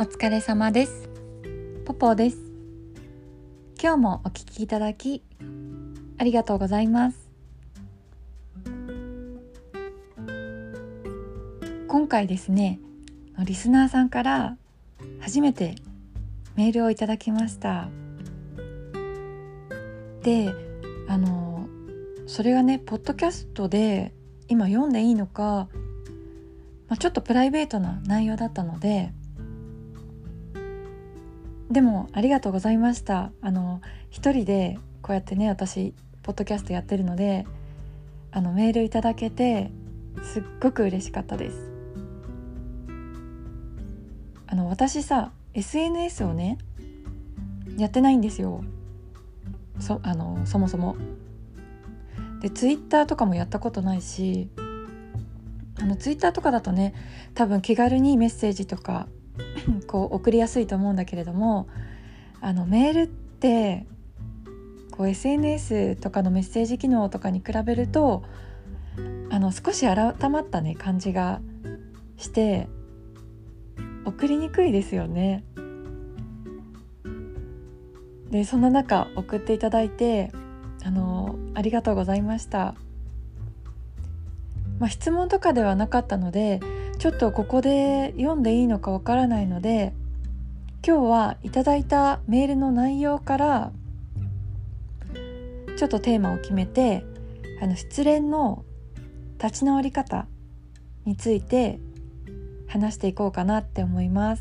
お疲れ様です。ポポです。今日もお聞きいただきありがとうございます。今回ですね、リスナーさんから初めてメールをいただきました。で、それがね、ポッドキャストで今読んでいいのか、ちょっとプライベートな内容だったので、でもありがとうございました。一人でこうやってね、私ポッドキャストやってるので、メールいただけてすっごく嬉しかったです。私さ、SNS をねやってないんですよ。そもそもで、ツイッターとかもやったことないし、ツイッターとかだとね、多分気軽にメッセージとかこう送りやすいと思うんだけれども、メールってこう SNS とかのメッセージ機能とかに比べると少し改まったね感じがして送りにくいですよね。で、そんな中送っていただいてありがとうございました。質問とかではなかったので、ちょっとここで読んでいいのかわからないので、今日はいただいたメールの内容からちょっとテーマを決めて、失恋の立ち直り方について話していこうかなって思います。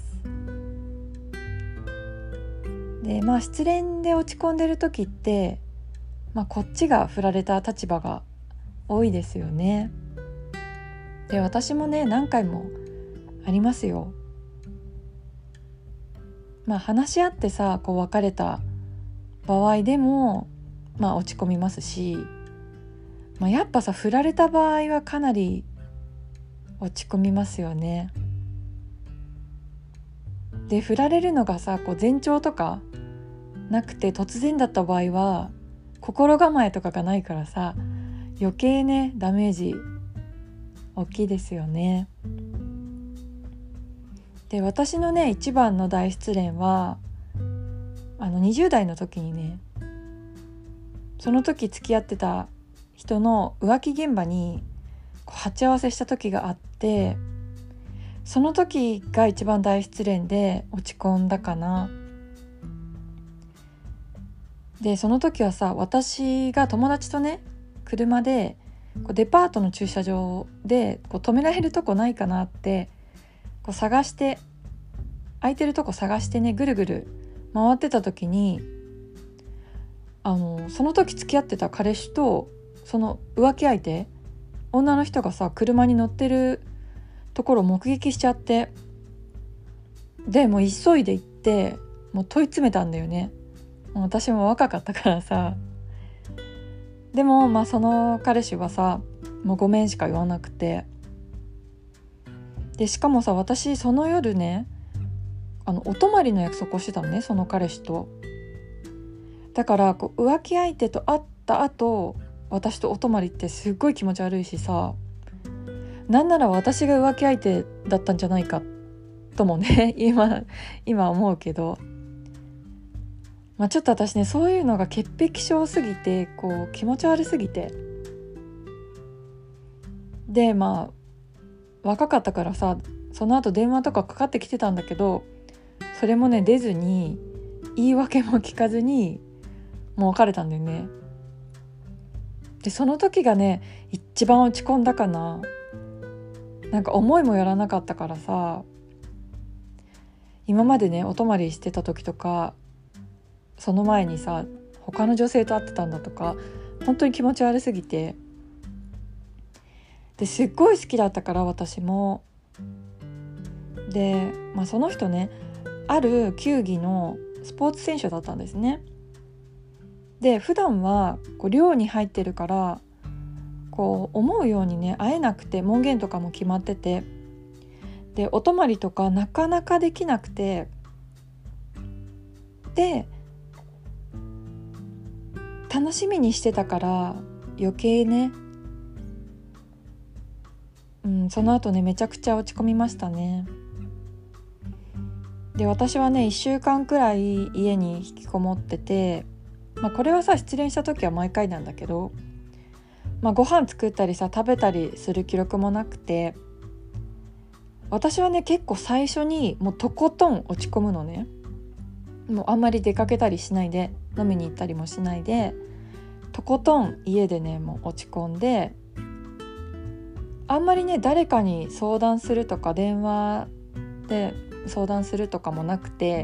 で、失恋で落ち込んでる時って、こっちが振られた立場が多いですよね。で、私もね何回もありますよ。話し合ってさ、こう別れた場合でも落ち込みますし、やっぱさ、振られた場合はかなり落ち込みますよね。で、振られるのがさ、こう前兆とかなくて突然だった場合は心構えとかがないからさ、余計ねダメージ大きいですよね。で、私のね一番の大失恋は20代の時にね、その時付き合ってた人の浮気現場に鉢合わせした時があって、その時が一番大失恋で落ち込んだかな。で、その時はさ、私が友達とね車でデパートの駐車場で止められるとこないかなって探して、空いてるとこ探してねぐるぐる回ってた時に、その時付き合ってた彼氏とその浮気相手女の人がさ車に乗ってるところを目撃しちゃって、でもう急いで行ってもう問い詰めたんだよね。もう私も若かったからさ。でもその彼氏はさ、もうごめんしか言わなくて、でしかもさ、私その夜ねお泊まりの約束をしてたのね、その彼氏と。だから浮気相手と会った後私とお泊まりってすっごい気持ち悪いしさ、なんなら私が浮気相手だったんじゃないかともね今思うけど、ちょっと私ね、そういうのが潔癖症すぎて気持ち悪すぎて、で若かったからさ、その後電話とかかかってきてたんだけど、それもね出ずに、言い訳も聞かずにもう別れたんだよね。で、その時がね一番落ち込んだかな。なんか思いもよらなかったからさ、今までねお泊まりしてた時とか、その前にさ他の女性と会ってたんだとか、本当に気持ち悪すぎて、ですっごい好きだったから私も。で、その人ねある球技のスポーツ選手だったんですね。で、普段は寮に入ってるから思うようにね会えなくて、門限とかも決まってて、でお泊まりとかなかなかできなくて、で楽しみにしてたから余計ね、その後ねめちゃくちゃ落ち込みましたね。 で私はね1週間くらい家に引きこもってて、これはさ失恋した時は毎回なんだけど、ご飯作ったりさ食べたりする気力もなくて、私はね結構最初にもうとことん落ち込むのね。もうあんまり出かけたりしないで、飲みに行ったりもしないで、とことん家でねもう落ち込んで、あんまりね誰かに相談するとか電話で相談するとかもなくて、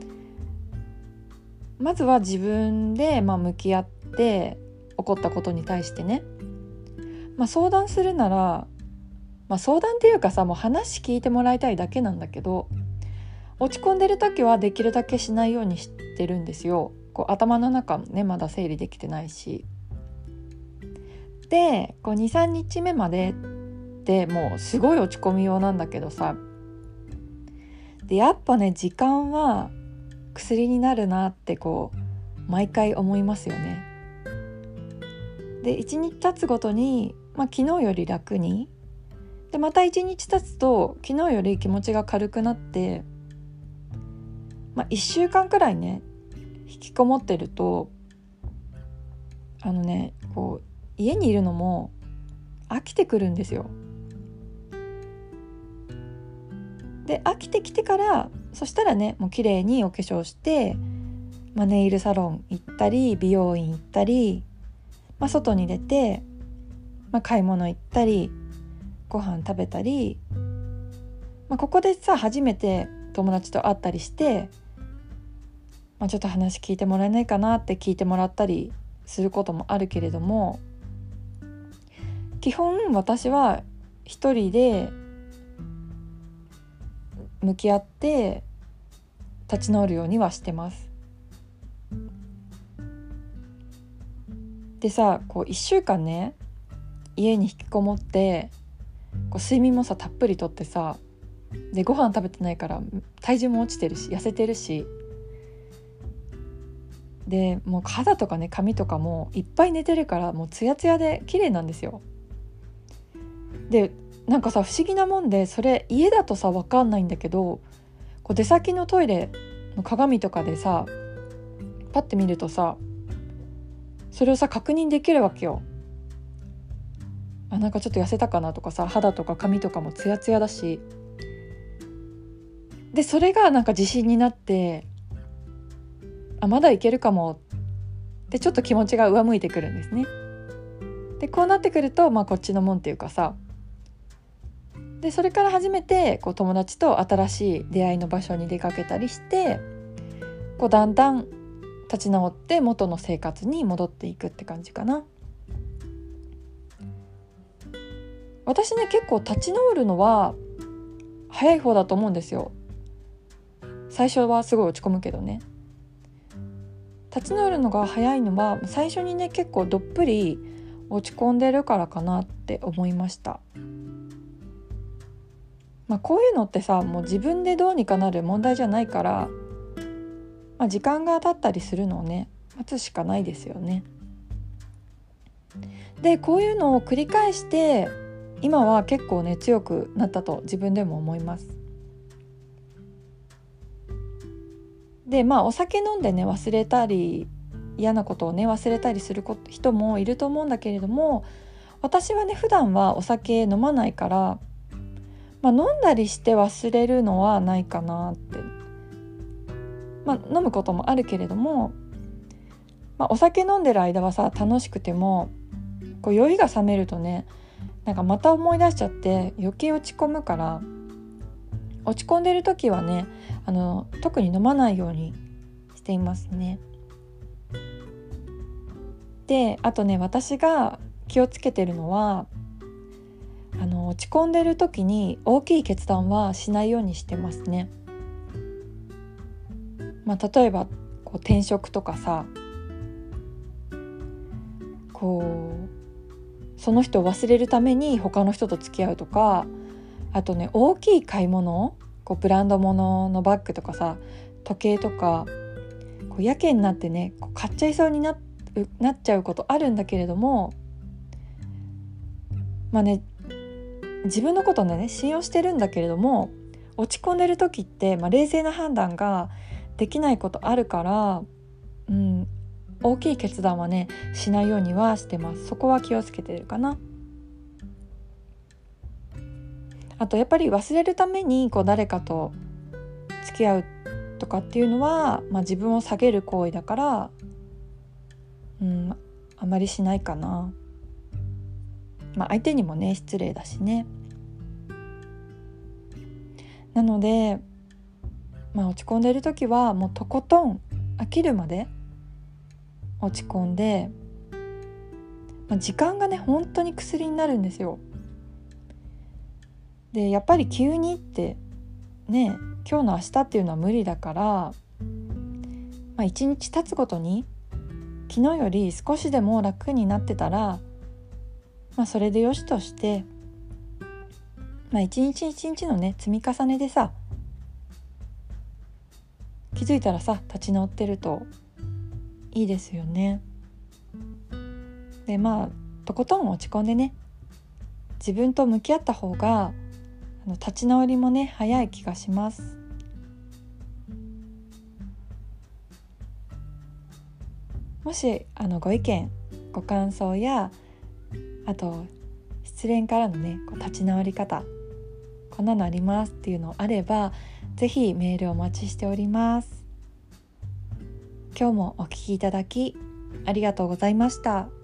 まずは自分で向き合って起こったことに対してね、相談するなら、相談っていうかさもう話聞いてもらいたいだけなんだけど、落ち込んでる時はできるだけしないようにしてるんですよ。こう頭の中ねまだ整理できてないし。でこう 2,3 日目までってもうすごい落ち込みようなんだけどさ、でやっぱね時間は薬になるなってこう毎回思いますよね。で1日経つごとに、昨日より楽に、でまた1日経つと昨日より気持ちが軽くなって、1週間くらいね引きこもってるとこう家にいるのも飽きてくるんですよ。で飽きてきてから、そしたらねもう綺麗にお化粧して、ネイルサロン行ったり美容院行ったり、外に出て、買い物行ったりご飯食べたり、ここでさ初めて友達と会ったりして、ちょっと話聞いてもらえないかなって聞いてもらったりすることもあるけれども、基本私は一人で向き合って立ち直るようにはしてます。でさこう1週間ね家に引きこもって、こう睡眠もさたっぷりとってさ、でご飯食べてないから体重も落ちてるし痩せてるし、でもう肌とかね髪とかもいっぱい寝てるからもうツヤツヤで綺麗なんですよ。でなんかさ不思議なもんで、それ家だとさ分かんないんだけど、こう出先のトイレの鏡とかでさパッて見るとさそれをさ確認できるわけよ。なんかちょっと痩せたかなとかさ、肌とか髪とかもツヤツヤだし、でそれがなんか自信になって、まだいけるかもってちょっと気持ちが上向いてくるんですね。でこうなってくるとこっちのもんっていうかさ、でそれから初めてこう友達と新しい出会いの場所に出かけたりして、こうだんだん立ち直って元の生活に戻っていくって感じかな。私ね結構立ち直るのは早い方だと思うんですよ。最初はすごい落ち込むけどね、立ち直るのが早いのは最初にね結構どっぷり落ち込んでるからかなって思いました。こういうのってさもう自分でどうにかなる問題じゃないから、時間が経ったりするのをね待つしかないですよね。でこういうのを繰り返して今は結構ね強くなったと自分でも思います。でお酒飲んでね忘れたり嫌なことをね忘れたりする人もいると思うんだけれども、私はね普段はお酒飲まないから、飲んだりして忘れるのはないかなって、飲むこともあるけれども、お酒飲んでる間はさ楽しくてもこう酔いが覚めるとねなんかまた思い出しちゃって余計落ち込むから、落ち込んでる時はね特に飲まないようにしていますね。であとね私が気をつけてるのは落ち込んでる時に大きい決断はしないようにしてますね。例えばこう転職とかさ、こうその人を忘れるために他の人と付き合うとか、あとね大きい買い物、こうブランド物のバッグとかさ時計とかこうやけになってねこう買っちゃいそうになっちゃうことあるんだけれども、自分のことね信用してるんだけれども落ち込んでる時って、冷静な判断ができないことあるから、大きい決断はねしないようにはしてます。そこは気をつけてるかな。あとやっぱり忘れるために誰かと付き合うとかっていうのは、自分を下げる行為だから、あまりしないかな。相手にもね失礼だしね。なので、落ち込んでる時はもうとことん飽きるまで落ち込んで、時間がね本当に薬になるんですよ。でやっぱり急にってね、今日の明日っていうのは無理だから、一日経つごとに昨日より少しでも楽になってたら、それでよしとして、一日一日のね積み重ねでさ、気づいたらさ立ち直ってるといいですよね。でとことん落ち込んでね、自分と向き合った方が立ち直りもね早い気がします。もしご意見ご感想や、あと失恋からのね立ち直り方、こんなのありますっていうのあれば、ぜひメールお待ちしております。今日もお聞きいただきありがとうございました。